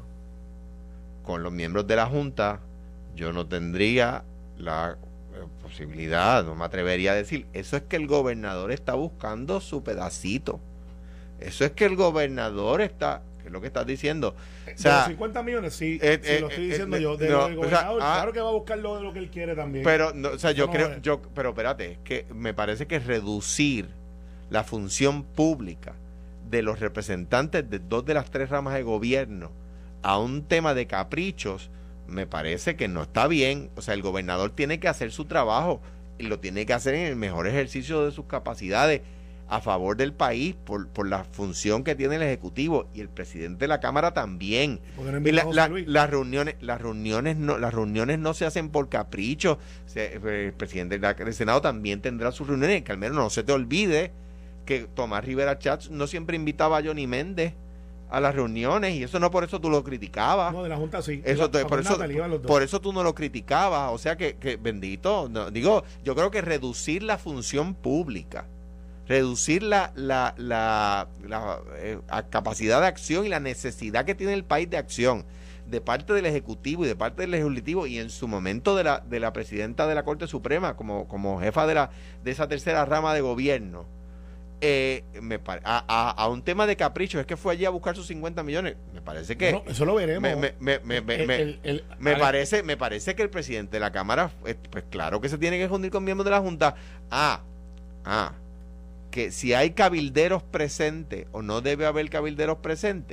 con los miembros de la Junta, yo no tendría la eh, posibilidad, no me atrevería a decir, eso es que el gobernador está buscando su pedacito. Eso es que el gobernador está, ¿qué es lo que estás diciendo? O sea, de los cincuenta millones, sí, eh, sí eh, lo estoy eh, diciendo eh, yo, de no, lo del gobernador, o sea, ah, claro que va a buscar lo de lo que él quiere también. Pero, no, o sea, yo no, creo, no, yo, pero espérate, es que me parece que reducir la función pública de los representantes de dos de las tres ramas de gobierno a un tema de caprichos, me parece que no está bien. O sea, el gobernador tiene que hacer su trabajo y lo tiene que hacer en el mejor ejercicio de sus capacidades a favor del país por, por la función que tiene el Ejecutivo, y el presidente de la Cámara también. No y la, la, las reuniones las reuniones no las reuniones no se hacen por capricho. O sea, el presidente del Senado también tendrá sus reuniones, que al menos no se te olvide que Tomás Rivera Chats no siempre invitaba a Johnny Méndez a las reuniones, y eso no por eso tú lo criticabas. No, de la Junta sí. Eso, la, por, eso, por eso tú no lo criticabas. O sea que, que bendito, no, digo, yo creo que reducir la función pública, reducir la, la, la, la eh, capacidad de acción y la necesidad que tiene el país de acción de parte del Ejecutivo y de parte del Legislativo, y en su momento de la, de la presidenta de la Corte Suprema como, como jefa de, la, de esa tercera rama de gobierno, Eh, me pare, a, a, a un tema de capricho, es que fue allí a buscar sus cincuenta millones. Me parece que no, eso lo veremos. Me, me, me, me, me, el, el, el, me parece, me parece que el presidente de la Cámara, pues claro que se tiene que reunir con miembros de la Junta. Ah, ah, que si hay cabilderos presentes o no debe haber cabilderos presentes.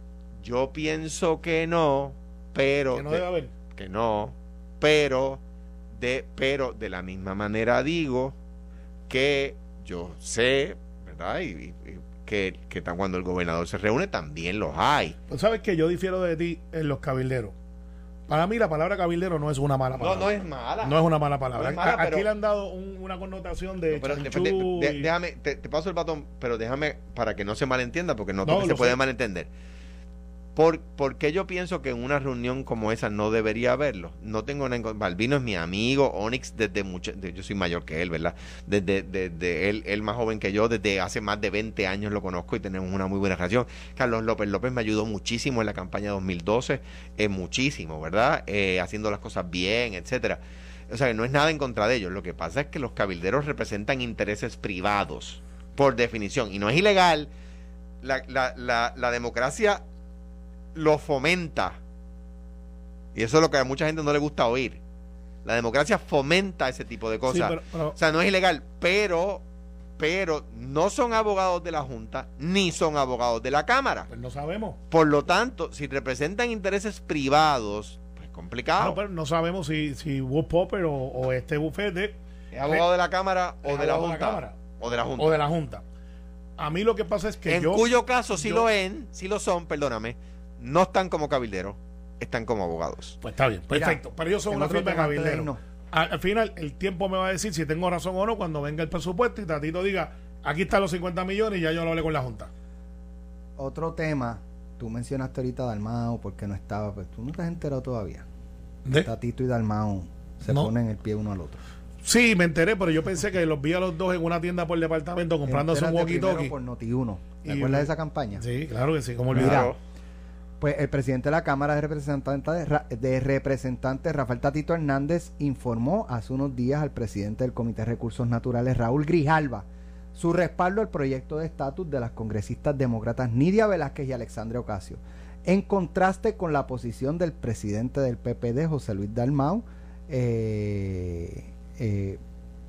Yo pienso que no, pero que no de, debe haber. Que no, pero de, pero de la misma manera digo que yo sé, ¿verdad? Y, y, y que, que cuando el gobernador se reúne también los hay. Pues sabes que yo difiero de ti en los cabilderos. Para mí la palabra cabildero no es una mala palabra. No, no es mala. No es una mala palabra. No es mala, Aquí pero, le han dado un, una connotación de no, pero chanchú de, de, de, y... déjame, te, te paso el batón, pero déjame para que no se malentienda, porque no, no se puede sé. malentender. ¿Por, ¿Por qué yo pienso que en una reunión como esa no debería haberlo? No tengo nada. Balbino es mi amigo, Onyx desde mucho, de, yo soy mayor que él, ¿verdad? Desde, desde él, él más joven que yo, desde hace más de veinte años lo conozco y tenemos una muy buena relación. Carlos López López me ayudó muchísimo en la campaña dos mil doce, eh, muchísimo, ¿verdad? Eh, haciendo las cosas bien, etcétera. O sea, no es nada en contra de ellos. Lo que pasa es que los cabilderos representan intereses privados, por definición, y no es ilegal. La, la, la, la democracia lo fomenta, y eso es lo que a mucha gente no le gusta oír. La democracia fomenta ese tipo de cosas. Sí, pero, pero, o sea, no es ilegal, pero pero no son abogados de la Junta ni son abogados de la Cámara. Pues no sabemos. Por lo tanto, si representan intereses privados, pues complicado. No, pero no sabemos si si Wood Popper o, o este bufete es abogado de la Cámara o de la Junta, de la Cámara o de la Junta o de la Junta. A mí lo que pasa es que en yo, cuyo caso sí yo, lo en, sí lo son, perdóname. No están como cabilderos, están como abogados. Pues está bien, perfecto. Mira, pero ellos son una firma de cabilderos. No. Al, al final, el tiempo me va a decir si tengo razón o no cuando venga el presupuesto y Tatito diga, aquí están los cincuenta millones y ya yo lo hablé con la Junta. Otro tema, tú mencionaste ahorita Dalmau porque no estaba, pues tú no te has enterado todavía. ¿De? Tatito y Dalmau se no. ponen el pie uno al otro. Sí, me enteré, pero yo pensé que los vi a los dos en una tienda por departamento comprándose un walkie-talkie. Por Noti uno. ¿Te acuerdas de esa campaña? Sí, claro que sí, como olvidar. Pues el presidente de la Cámara de Representantes, de Representantes, Rafael Tatito Hernández, informó hace unos días al presidente del Comité de Recursos Naturales, Raúl Grijalva, su respaldo al proyecto de estatus de las congresistas demócratas Nidia Velázquez y Alexandria Ocasio, en contraste con la posición del presidente del P P D, José Luis Dalmau, eh, eh,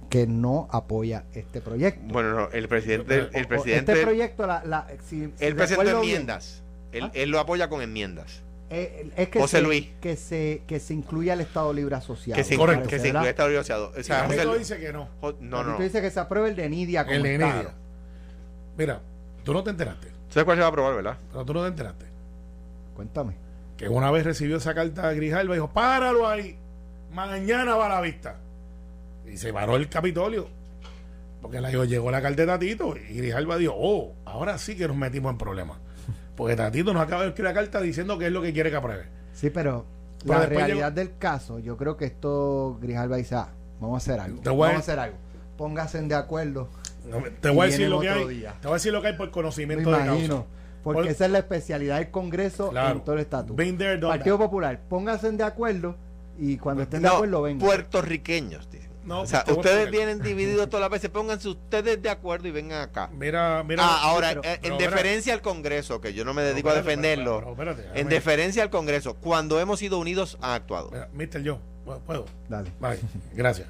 que no apoya este proyecto. Bueno, no, el presidente, el, el presidente, este proyecto, la, la, si, si él presentó enmiendas. Bien, él, ¿ah? él lo apoya con enmiendas. Eh, es que José se, Luis. que se que se incluya el Estado Libre Asociado. Que se, Correcto. que se incluya el Estado Libre Asociado. O sea, José José dice que no. No, no. Tú dices que se apruebe el de Nidia como El de Estado. Nidia. Mira, tú no te enteraste. ¿Sabes cuál se va a aprobar, verdad? Pero tú no te enteraste. Cuéntame. Que una vez recibió esa carta de Grijalva y dijo, páralo ahí, mañana va a la vista. Y se paró el Capitolio. Porque la, llegó la carta de Tatito y Grijalva dijo, oh, ahora sí que nos metimos en problemas. Porque Tatito nos acaba de escribir la carta diciendo que es lo que quiere que apruebe. Sí, pero, pero la realidad llegó... del caso, yo creo que esto Grijalva dice, ah, vamos a hacer algo. Te voy vamos a... a hacer algo. Pónganse de acuerdo. No, te voy a decir lo que hay. Día. Te voy a decir lo que hay por conocimiento Me de imagino, causa. porque Por... esa es la especialidad del Congreso claro. en todo el estatus. There, Partido that. Popular, pónganse de acuerdo y cuando estén no, de acuerdo vengan. Puertorriqueños, dicen. No, o sea, pues, ustedes porque... vienen divididos todas las veces, pónganse ustedes de acuerdo y vengan acá. Mira, mira. Ah, ahora, pero, en, pero, en deferencia al Congreso, que yo no me dedico pero, a defenderlo, pero, pero, espérate, en mira. deferencia al Congreso, cuando hemos sido unidos, han actuado. Mira, mister Yo, ¿puedo? Dale. Vale, gracias.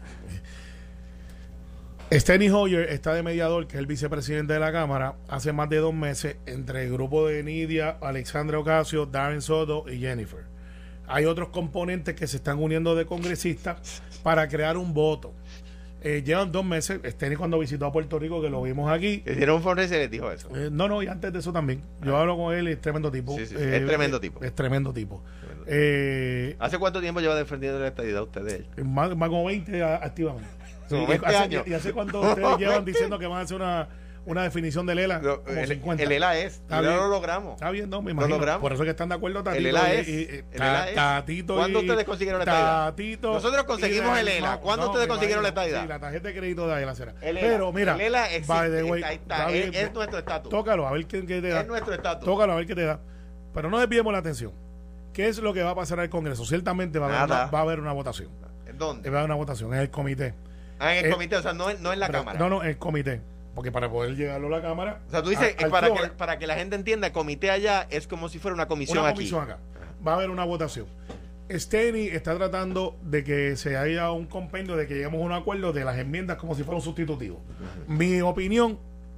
Steny Hoyer está de mediador, que es el vicepresidente de la Cámara, hace más de dos meses entre el grupo de Nidia, Alexandra Ocasio, Darren Soto y Jennifer. Hay otros componentes que se están uniendo de congresistas para crear un voto. Eh, llevan dos meses. Steny, cuando visitó a Puerto Rico, que lo vimos aquí. Hicieron un fundraiser y les dijo eso. Eh, no, no, y antes de eso también. Yo hablo con él y es tremendo tipo. Sí, sí, Eh, es tremendo tipo. Es, es tremendo tipo. Tremendo. Eh, ¿Hace cuánto tiempo lleva defendiendo la estadidad usted de él? más, más como veinte a- activamente. Sí, Como veinte hace- años. ¿Y hace cuánto ustedes llevan diciendo que van a hacer una, una definición del E L A? No, Como el, cincuenta. el E L A es. Está Ya bien. lo logramos. Está bien, no, me Lo imagino. logramos. Por eso es que están de acuerdo Tatito. El E L A es. y- y- El E L A Ta- es. Tatito ¿Cuándo y- ustedes consiguieron la estadidad? Tatito Nosotros conseguimos y- el E L A. no, ¿Cuándo no, ustedes me consiguieron la imagino. estadidad? Sí, la tarjeta de crédito de ahí la será. El E L A. Pero mira, El E L A existe, by the way, está- está, está es- bien, es nuestro estatus. Tócalo, a ver qué, qué te da. Es nuestro estatus. Tócalo, a ver qué te da. Pero no desviemos la atención. ¿Qué es lo que va a pasar al Congreso? Ciertamente va a, haber Nada. una, va a haber una votación. ¿En dónde? Va a haber una votación en el comité. Ah, en el Eh, comité, o sea, no, en- no en la Pero- Cámara. No, no, en el comité. Porque para poder llegarlo a la Cámara. O sea, tú dices, al- al para, que, floor, para que la gente entienda, el comité allá es como si fuera una comisión una aquí. comisión acá. Va a haber una votación. Steny está tratando de que se haya un compendio, de que lleguemos a un acuerdo de las enmiendas como si fuera un sustitutivo. Mi opinión,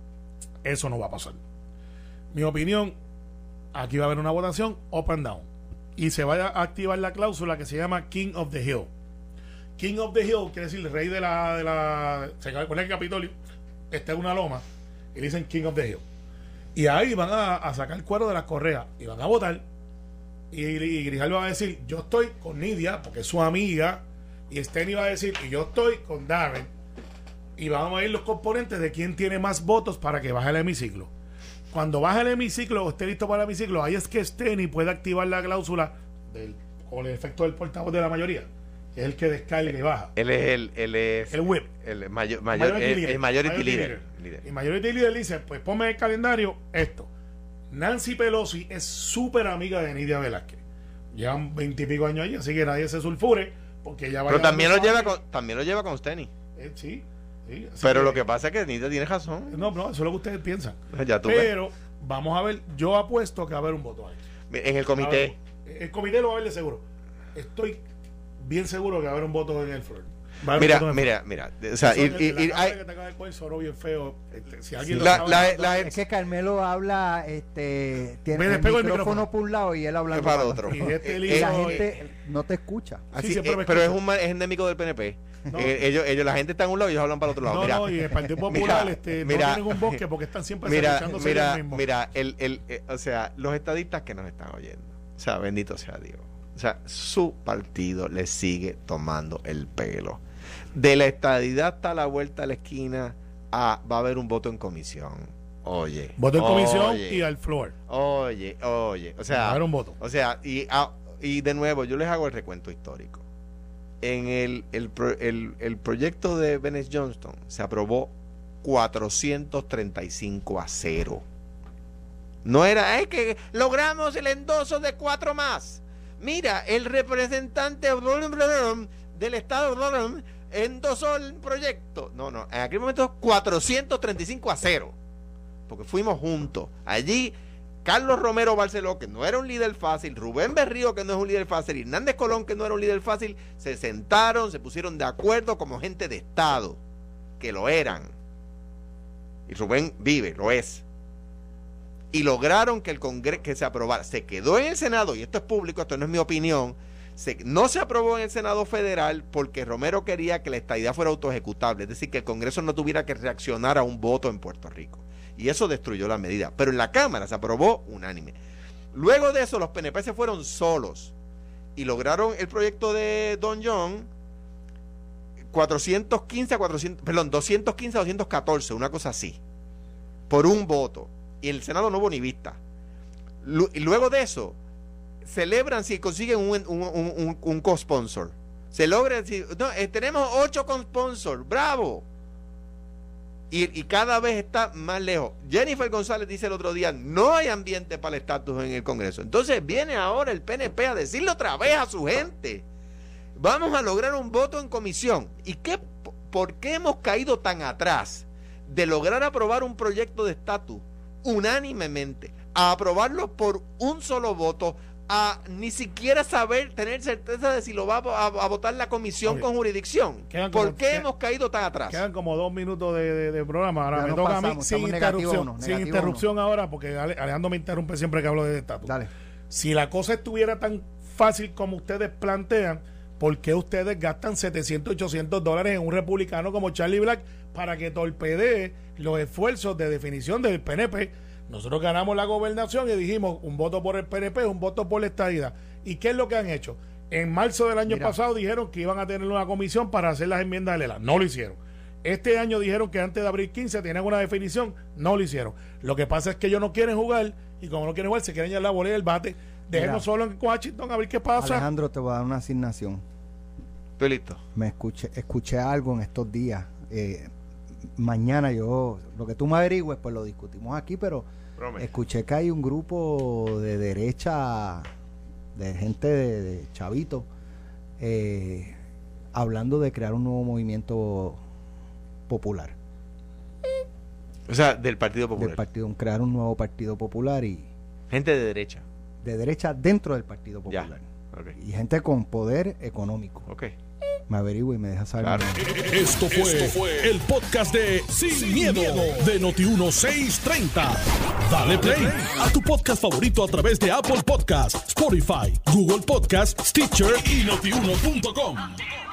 eso no va a pasar. Mi opinión, aquí va a haber una votación up and down. Y se va a activar la cláusula que se llama King of the Hill. King of the Hill quiere decir el rey de la... De la se acaba de poner el Capitolio, está en una loma, y le dicen King of the Hill. Y ahí van a, a sacar cuero de las correas y van a votar. Y, y Grijalva va a decir, yo estoy con Nidia, porque es su amiga. Y Steny va a decir, y yo estoy con Darren. Y vamos a ir los componentes de quién tiene más votos para que baje el hemiciclo. Cuando baje el hemiciclo o esté listo para el hemiciclo, ahí es que Steny puede activar la cláusula del, con el efecto del portavoz de la mayoría, que es el que descarga y baja. Él es el, él es El whip. el mayor, mayor, Majority el, leader. el majority Majority leader. leader. Líder. Y Majority Leader dice, pues ponme en el calendario esto. Nancy Pelosi es súper amiga de Nidia Velázquez. Llevan veintipico años allí, así que nadie se sulfure, porque ella va Pero a también lo lleva con, también lo lleva con Steny. Eh, sí, sí. así Pero lo que pasa es que Nidia tiene razón. No, no, eso es lo que ustedes piensan. Ya tú ves. Pero vamos a ver, yo apuesto que va a haber un voto ahí. En el Va a comité. haber- el comité lo va a ver de seguro. Estoy bien seguro que va a haber un voto en el floor. Va a haber Mira, un voto en el mira, mira. O sea, floor. y, Eso, y- y- la hay- cámara que te acaba de poner sonó bien feo. Este, si alguien La- lo sabe, la- no- la- Es que Carmelo habla, este, tiene Me el despego micrófono, el micrófono por un lado y él hablando para para otro. Y este Eh, Y la lío, gente no te escucha. así, sí, siempre eh, me pero es escucha. un ma- es endémico del P N P. No. Eh, ellos, ellos, la gente está en un lado y ellos hablan para el otro lado. No, mira, no, y el Partido Popular mira, este, mira, no tienen un bosque porque están siempre mira, escuchándose mira, ellos mismos. mira, el, el, eh, o sea, los estadistas que nos están oyendo, o sea, bendito sea Dios. O sea, su partido le sigue tomando el pelo. De la estadidad hasta la vuelta a la esquina, ah, va a haber un voto en comisión. Oye. Voto en comisión oye, y al floor. Oye, oye. O Va a sea, haber un voto. o sea, y, ah, y de nuevo, yo les hago el recuento histórico. En el, el, pro- el, el proyecto de Bennett Johnston se aprobó cuatrocientos treinta y cinco a cero. No era, es que logramos el endoso de cuatro más. Mira, el representante del Estado endosó el proyecto. No, no, en aquel momento cuatrocientos treinta y cinco a cero. Porque fuimos juntos. Allí Carlos Romero Barceló, que no era un líder fácil, Rubén Berrío, que no es un líder fácil, Hernández Colón, que no era un líder fácil, se sentaron, se pusieron de acuerdo como gente de Estado, que lo eran. Y Rubén vive, lo es. Y lograron que el Congreso, que se aprobara. Se quedó en el Senado, y esto es público, esto no es mi opinión, se, no se aprobó en el Senado Federal porque Romero quería que la estadidad fuera autoejecutable, es decir, que el Congreso no tuviera que reaccionar a un voto en Puerto Rico. Y eso destruyó la medida. Pero en la Cámara se aprobó unánime. Luego de eso, los P N P se fueron solos y lograron el proyecto de Don John cuatrocientos quince a cuatrocientos, perdón, doscientos quince a doscientos catorce, una cosa así, por un voto. Y en el Senado no hubo ni vista. Y luego de eso, celebran si consiguen un, un, un, un, un co-sponsor. Se logra decir, no, eh, tenemos ocho co-sponsors, ¡bravo! Y, y cada vez está más lejos. Jennifer González dice el otro día, no hay ambiente para el estatus en el Congreso. Entonces viene ahora el P N P a decirle otra vez a su gente, vamos a lograr un voto en comisión. ¿Y qué, por qué hemos caído tan atrás de lograr aprobar un proyecto de estatus unánimemente, a aprobarlo por un solo voto, a ni siquiera saber, tener certeza de si lo va a, a, a votar la comisión Oye, con jurisdicción? ¿Por como, qué quedan, hemos caído tan atrás? Quedan como dos minutos de, de, de programa. Ahora ya me toca pasamos, a mí sin interrupción, uno, sin interrupción uno. Ahora, porque Alejandro me interrumpe siempre que hablo de estatus. Dale. Si la cosa estuviera tan fácil como ustedes plantean, ¿por qué ustedes gastan setecientos, ochocientos dólares en un republicano como Charlie Black para que torpedee los esfuerzos de definición del P N P? Nosotros ganamos la gobernación y dijimos un voto por el P N P, un voto por la estadidad. ¿Y qué es lo que han hecho? En marzo del año Mira. pasado dijeron que iban a tener una comisión para hacer las enmiendas de Lela. No lo hicieron. Este año dijeron que antes de abril quince tenían una definición. No lo hicieron. Lo que pasa es que ellos no quieren jugar, y como no quieren jugar, se quieren llevar la bola y el bate. Dejemos solo en Washington a ver qué pasa. Alejandro, te voy a dar una asignación. Estoy listo. Me escuché, escuché algo en estos días. Eh, mañana yo, lo que tú me averigües, pues lo discutimos aquí, pero Prome. escuché que hay un grupo de derecha, de gente de, de chavitos, eh, hablando de crear un nuevo movimiento popular. O sea, del Partido Popular. Del partido, crear un nuevo Partido Popular y... Gente de derecha. De derecha dentro del Partido Popular. Ya. Okay. Y gente con poder económico. Ok. Me averiguo y me deja saber. Claro. Esto fue, Esto fue el podcast de Sin, Sin miedo, miedo de Noti uno seiscientos treinta. Dale play a tu podcast favorito a través de Apple Podcasts, Spotify, Google Podcasts, Stitcher y notiuno punto com.